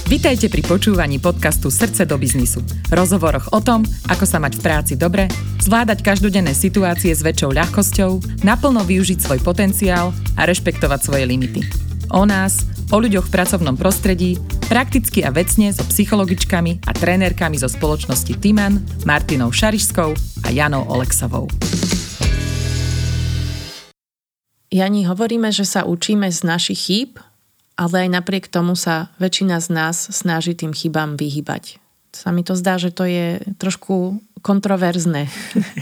Vitajte pri počúvaní podcastu Srdce do biznisu. Rozhovoroch o tom, ako sa mať v práci dobre, zvládať každodenné situácie s väčšou ľahkosťou, naplno využiť svoj potenciál a rešpektovať svoje limity. O nás, o ľuďoch v pracovnom prostredí, prakticky a vecne so psychologičkami a trénerkami zo spoločnosti Timan, Martinou Šarišskou a Janou Oleksovou. Jani, hovoríme, že sa učíme z našich chýb, ale aj napriek tomu sa väčšina z nás snaží tým chybám vyhýbať. Sa mi to zdá, že to je trošku kontroverzné.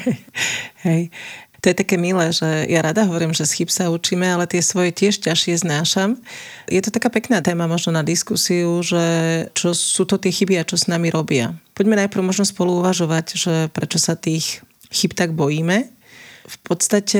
Hej, to je také milé, že ja rada hovorím, že z chyb sa učíme, ale tie svoje tiež ťažšie znášam. Je to taká pekná téma možno na diskusiu, že čo sú to tie chyby a čo s nami robia. Poďme najprv možno spolu uvažovať, že prečo sa tých chyb tak bojíme. V podstate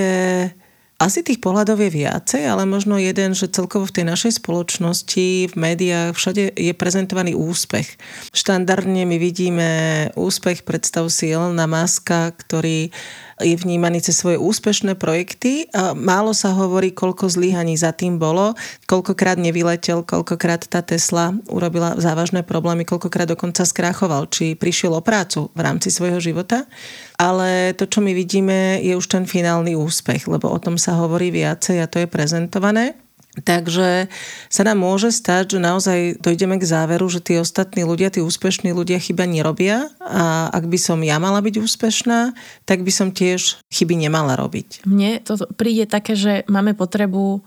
asi tých pohľadov je viacej, ale možno jeden, že celkovo v tej našej spoločnosti, v médiách, všade je prezentovaný úspech. Štandardne my vidíme úspech, predstav si Elona Muska, ktorý je vnímaný cez svoje úspešné projekty a málo sa hovorí, koľko zlyhaní za tým bolo, koľkokrát nevyletel, koľkokrát tá Tesla urobila závažné problémy, koľkokrát dokonca skrachoval, či prišiel o prácu v rámci svojho života. Ale to, čo my vidíme, je už ten finálny úspech, lebo o tom sa hovorí viacej a to je prezentované. Takže sa nám môže stať, že naozaj dojdeme k záveru, že tí ostatní ľudia, tí úspešní ľudia chyba nerobia a ak by som ja mala byť úspešná, tak by som tiež chyby nemala robiť. Mne to príde také, že máme potrebu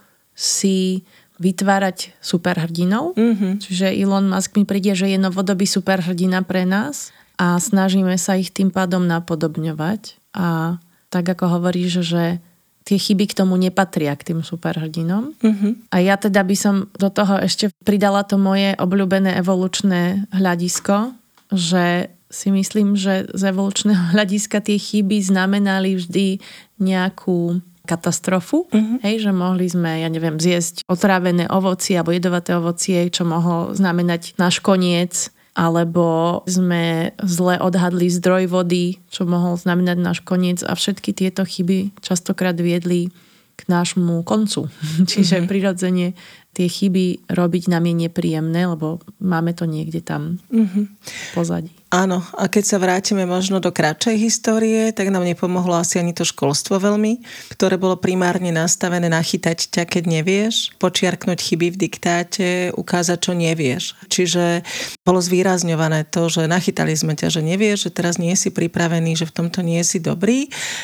si vytvárať superhrdinov. Čiže Elon Musk mi príde, že je novodobý superhrdina pre nás a snažíme sa ich tým pádom napodobňovať. A tak ako hovoríš, že tie chyby k tomu nepatria, k tým superhrdinom. A ja teda by som do toho ešte pridala to moje obľúbené evolučné hľadisko, že si myslím, že z evolučného hľadiska tie chyby znamenali vždy nejakú katastrofu. Hej, že mohli sme, zjesť otrávené ovocie alebo jedovaté ovocie, čo mohlo znamenať náš koniec, alebo sme zle odhadli zdroj vody, čo mohol znamenať náš koniec a všetky tieto chyby častokrát viedli k nášmu koncu. Čiže prirodzene tie chyby robiť nám je nepríjemné, lebo máme to niekde tam v pozadí. Áno, a keď sa vrátime možno do kratšej histórie, tak nám nepomohlo asi ani to školstvo veľmi, ktoré bolo primárne nastavené nachytať ťa, keď nevieš, počiarknúť chyby v diktáte, ukázať, čo nevieš. Čiže bolo zvýrazňované to, že nachytali sme ťa, že nevieš, že teraz nie si pripravený, že v tomto nie si dobrý.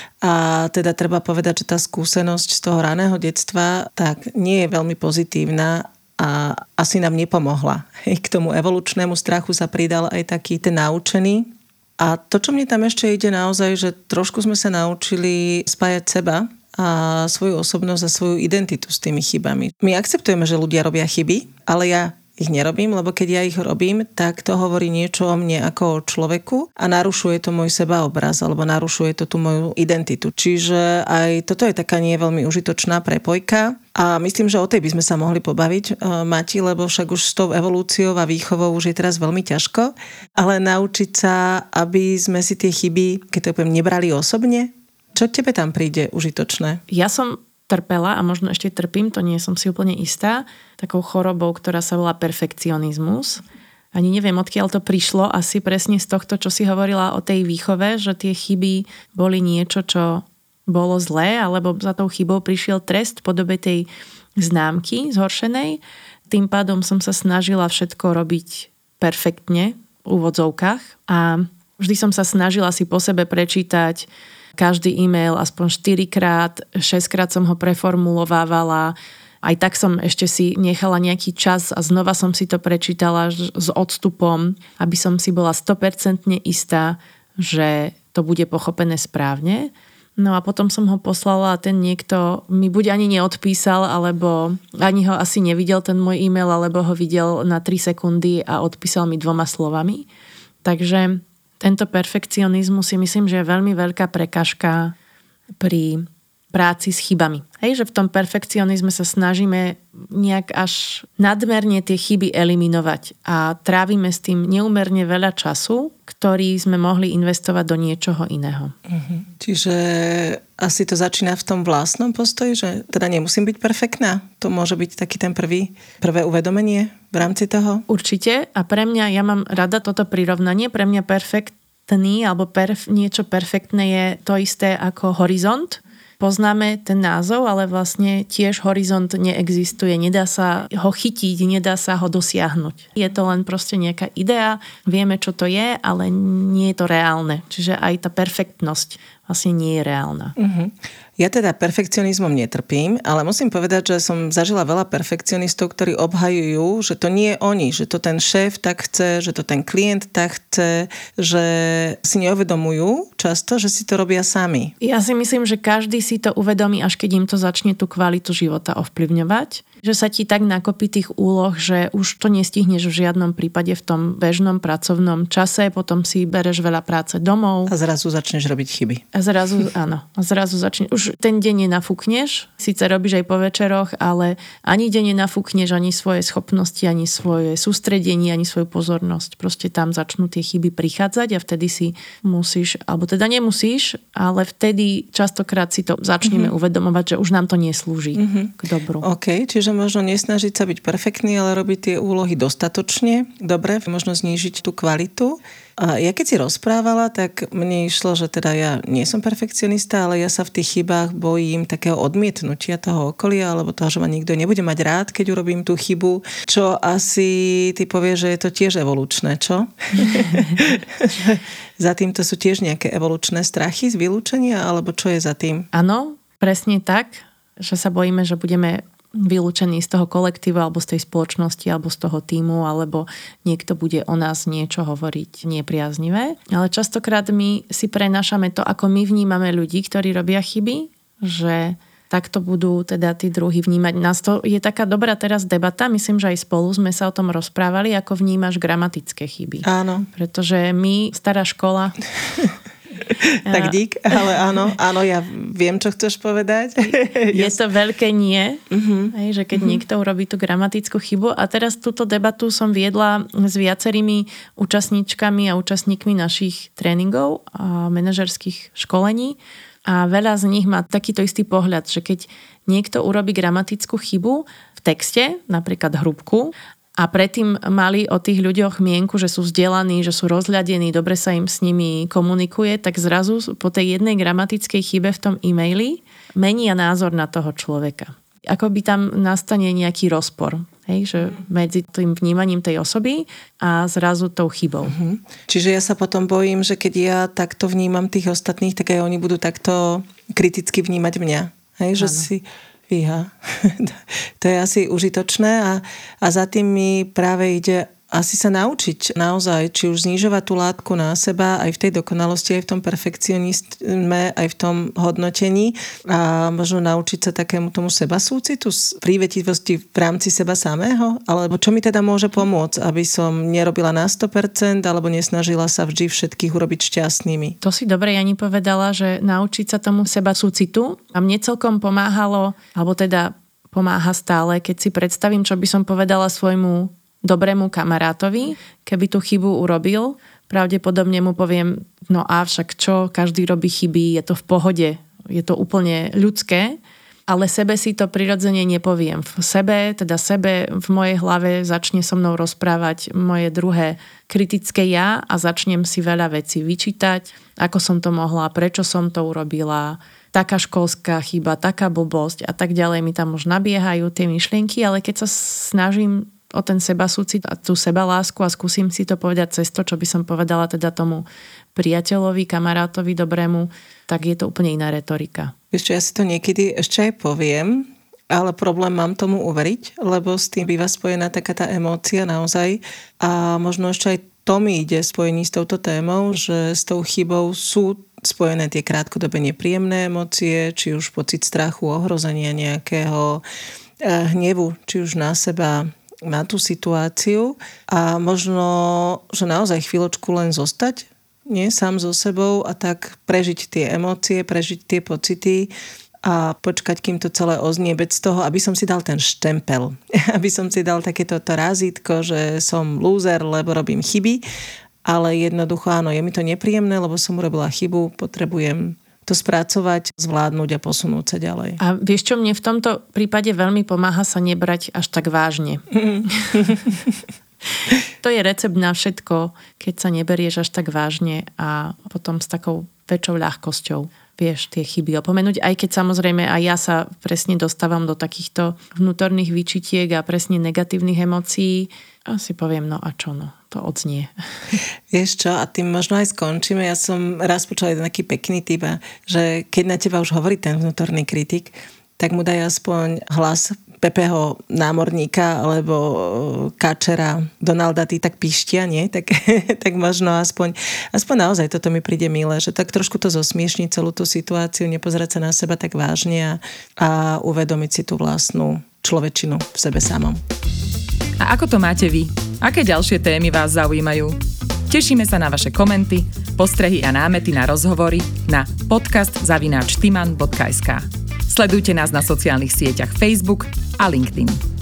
A teda treba povedať, že tá skúsenosť z toho raného detstva tak nie je veľmi pozitívna a asi nám nepomohla. K tomu evolučnému strachu sa pridal aj taký ten naučený. A to, čo mne tam ešte ide naozaj, že trošku sme sa naučili spájať seba a svoju osobnosť a svoju identitu s tými chybami. My akceptujeme, že ľudia robia chyby, ale ja ich nerobím, lebo keď ja ich robím, tak to hovorí niečo o mne ako o človeku a narušuje to môj sebaobraz alebo narušuje to tú moju identitu. Čiže aj toto je taká nie veľmi užitočná prepojka a myslím, že o tej by sme sa mohli pobaviť, Mati, lebo však už s tou evolúciou a výchovou už je teraz veľmi ťažko, ale naučiť sa, aby sme si tie chyby, keď to poviem, nebrali osobne. Čo tebe tam príde užitočné? Ja som trpela a možno ešte trpím, to nie som si úplne istá, takou chorobou, ktorá sa volá perfekcionizmus. Ani neviem, odkiaľ to prišlo, asi presne z tohto, čo si hovorila o tej výchove, že tie chyby boli niečo, čo bolo zlé, alebo za tou chybou prišiel trest v podobe tej známky zhoršenej. Tým pádom som sa snažila všetko robiť perfektne v úvodzovkách a vždy som sa snažila si po sebe prečítať každý e-mail aspoň 4-krát, 6-krát som ho preformulovávala. Aj tak som ešte si nechala nejaký čas a znova som si to prečítala s odstupom, aby som si bola 100% istá, že to bude pochopené správne. No a potom som ho poslala a ten niekto mi buď ani neodpísal, alebo ani ho asi nevidel ten môj e-mail, alebo ho videl na 3 sekundy a odpísal mi 2 slovami. Takže tento perfekcionizmus si myslím, že je veľmi veľká prekažka pri práci s chybami. Hej, že v tom perfekcionizme sa snažíme nejak až nadmerne tie chyby eliminovať a trávime s tým neúmerne veľa času, ktorý sme mohli investovať do niečoho iného. Čiže asi to začína v tom vlastnom postoji, že teda nemusím byť perfektná. To môže byť taký ten prvé uvedomenie v rámci toho? Určite. A pre mňa, ja mám rada toto prirovnanie, pre mňa perfektný alebo niečo perfektné je to isté ako horizont. Poznáme ten názov, ale vlastne tiež horizont neexistuje. Nedá sa ho chytiť, nedá sa ho dosiahnuť. Je to len proste nejaká idea, vieme, čo to je, ale nie je to reálne. Čiže aj tá perfektnosť vlastne nie je reálna. Ja teda perfekcionizmom netrpím, ale musím povedať, že som zažila veľa perfekcionistov, ktorí obhajujú, že to nie je oni, že to ten šéf tak chce, že to ten klient tak chce, že si neuvedomujú často, že si to robia sami. Ja si myslím, že každý si to uvedomí, až keď im to začne tú kvalitu života ovplyvňovať. Že sa ti tak nakopí tých úloh, že už to nestihneš v žiadnom prípade v tom bežnom pracovnom čase, potom si bereš veľa práce domov. A zrazu začneš robiť chyby. A zrazu, áno, začneš. Už ten deň nenafúkneš, síce robíš aj po večeroch, ale ani deň nenafúkneš ani svoje schopnosti, ani svoje sústredenie, ani svoju pozornosť. Proste tam začnú tie chyby prichádzať a vtedy si musíš, alebo teda nemusíš, ale vtedy častokrát si to začneme uvedomovať, že už nám to neslúži k dobru. OK, čiže možno nesnažiť sa byť perfektný, ale robiť tie úlohy dostatočne dobre, možno znížiť tú kvalitu. A ja keď si rozprávala, tak mne išlo, že teda ja nie som perfekcionista, ale ja sa v tých chybách bojím takého odmietnutia toho okolia, alebo toho, že ma nikto nebude mať rád, keď urobím tú chybu, čo asi ty povieš, že je to tiež evolučné, čo? Za týmto sú tiež nejaké evolučné strachy z vylúčenia, alebo čo je za tým? Áno, presne tak, že sa bojíme, že budeme vylúčený z toho kolektívu alebo z tej spoločnosti alebo z toho tímu, alebo niekto bude o nás niečo hovoriť nepriaznivé. Ale častokrát my si prenášame to, ako my vnímame ľudí, ktorí robia chyby, že takto budú teda tí druhí vnímať. Nás to je taká dobrá teraz debata, myslím, že aj spolu sme sa o tom rozprávali, ako vnímaš gramatické chyby. Áno. Pretože my, stará škola... Tak dík, ale áno, ja viem, čo chceš povedať. Je to veľké nie, že keď niekto urobí tú gramatickú chybu. A teraz túto debatu som viedla s viacerými účastníčkami a účastníkmi našich tréningov a manažerských školení. A veľa z nich má takýto istý pohľad, že keď niekto urobí gramatickú chybu v texte, napríklad hrubku, a predtým mali o tých ľuďoch mienku, že sú vzdelaní, že sú rozhľadení, dobre sa im s nimi komunikuje, tak zrazu po tej jednej gramatickej chybe v tom e-maili menia názor na toho človeka. Ako by tam nastane nejaký rozpor, že medzi tým vnímaním tej osoby a zrazu tou chybou. Čiže ja sa potom bojím, že keď ja takto vnímam tých ostatných, tak aj oni budú takto kriticky vnímať mňa. Že si... Fíha. To je asi užitočné a za tým mi práve ide asi sa naučiť naozaj, či už znižovať tú látku na seba aj v tej dokonalosti, aj v tom perfekcionizme, aj v tom hodnotení a možno naučiť sa takému tomu sebasúcitu, prívetivosti v rámci seba samého, alebo čo mi teda môže pomôcť, aby som nerobila na 100% alebo nesnažila sa vždy všetkých urobiť šťastnými. To si dobre Jani povedala, že naučiť sa tomu sebasúcitu a mne celkom pomáhalo, alebo teda pomáha stále, keď si predstavím, čo by som povedala svojmu dobrému kamarátovi, keby tú chybu urobil, pravdepodobne mu poviem, no a však čo, každý robí chyby, je to v pohode, je to úplne ľudské, ale sebe si to prirodzene nepoviem. Sebe v mojej hlave začne so mnou rozprávať moje druhé kritické ja a začnem si veľa vecí vyčítať, ako som to mohla, prečo som to urobila, taká školská chyba, taká blbosť a tak ďalej mi tam už nabiehajú tie myšlienky, ale keď sa snažím o ten sebasúcit a tú sebalásku a skúsim si to povedať cez to, čo by som povedala teda tomu priateľovi, kamarátovi dobrému, tak je to úplne iná retorika. Ešte ja si to niekedy ešte aj poviem, ale problém mám tomu uveriť, lebo s tým býva spojená taká tá emócia naozaj a možno ešte aj to mi ide spojení s touto témou, že s tou chybou sú spojené tie krátkodobé nepríjemné emócie, či už pocit strachu, ohrozenia nejakého hnevu, či už na seba, na tú situáciu a možno, že naozaj chvíľočku len zostať, nie sám so sebou a tak prežiť tie emócie, prežiť tie pocity a počkať, kým to celé oznie bez toho, aby som si dal ten štempel. Aby som si dal takéto razítko, že som lúzer, lebo robím chyby, ale jednoducho áno, je mi to nepríjemné, lebo som urobila chybu, potrebujem to spracovať, zvládnuť a posunúť sa ďalej. A vieš čo, mne v tomto prípade veľmi pomáha sa nebrať až tak vážne. To je recept na všetko, keď sa neberieš až tak vážne a potom s takou väčšou ľahkosťou vieš tie chyby opomenúť, aj keď samozrejme aj ja sa presne dostávam do takýchto vnútorných výčitiek a presne negatívnych emócií a si poviem, no a čo, no, to odznie. Vieš čo, a tým možno aj skončíme. Ja som raz počula jeden taký pekný typ, že keď na teba už hovorí ten vnútorný kritik, tak mu daj aspoň hlas Pepeho námorníka alebo Kačera, Donalda, tí tak píštia, nie? Tak možno aspoň naozaj toto mi príde milé, že tak trošku to zosmiešniť celú tú situáciu, nepozerať sa na seba tak vážne a uvedomiť si tú vlastnú človečinu v sebe samom. A ako to máte vy? Aké ďalšie témy vás zaujímajú? Tešíme sa na vaše komenty, postrehy a námety na rozhovory na podcast@timan.sk. Sledujte nás na sociálnych sieťach Facebook a LinkedIn.